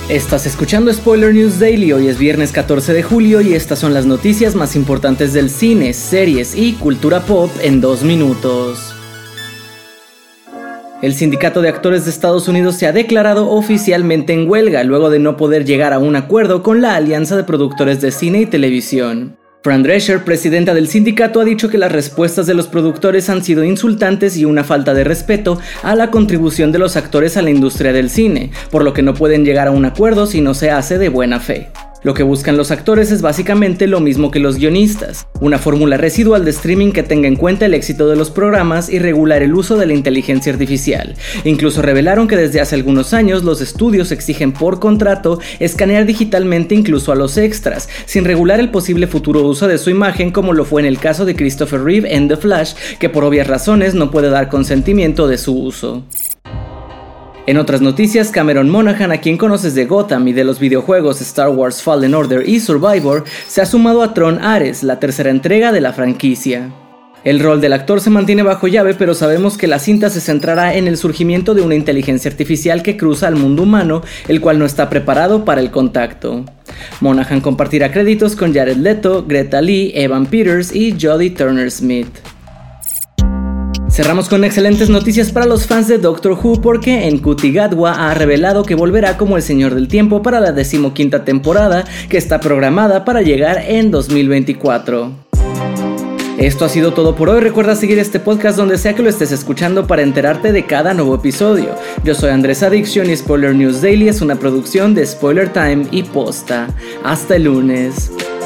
Estás escuchando Spoiler News Daily, hoy es viernes 14 de julio y estas son las noticias más importantes del cine, series y cultura pop en 2 minutos. El Sindicato de Actores de Estados Unidos se ha declarado oficialmente en huelga luego de no poder llegar a un acuerdo con la Alianza de Productores de Cine y Televisión. Fran Drescher, presidenta del sindicato, ha dicho que las respuestas de los productores han sido insultantes y una falta de respeto a la contribución de los actores a la industria del cine, por lo que no pueden llegar a un acuerdo si no se hace de buena fe. Lo que buscan los actores es básicamente lo mismo que los guionistas, una fórmula residual de streaming que tenga en cuenta el éxito de los programas y regular el uso de la inteligencia artificial. Incluso revelaron que desde hace algunos años los estudios exigen por contrato escanear digitalmente incluso a los extras, sin regular el posible futuro uso de su imagen, como lo fue en el caso de Christopher Reeve en The Flash, que por obvias razones no puede dar consentimiento de su uso. En otras noticias, Cameron Monaghan, a quien conoces de Gotham y de los videojuegos Star Wars Fallen Order y Survivor, se ha sumado a Tron Ares, la tercera entrega de la franquicia. El rol del actor se mantiene bajo llave, pero sabemos que la cinta se centrará en el surgimiento de una inteligencia artificial que cruza al mundo humano, el cual no está preparado para el contacto. Monaghan compartirá créditos con Jared Leto, Greta Lee, Evan Peters y Jodie Turner-Smith. Cerramos con excelentes noticias para los fans de Doctor Who, porque Ncuti Gatwa ha revelado que volverá como el Señor del Tiempo para la 15ª temporada, que está programada para llegar en 2024. Esto ha sido todo por hoy. Recuerda seguir este podcast donde sea que lo estés escuchando para enterarte de cada nuevo episodio. Yo soy Andrés Addiction y Spoiler News Daily es una producción de Spoiler Time y Posta. Hasta el lunes.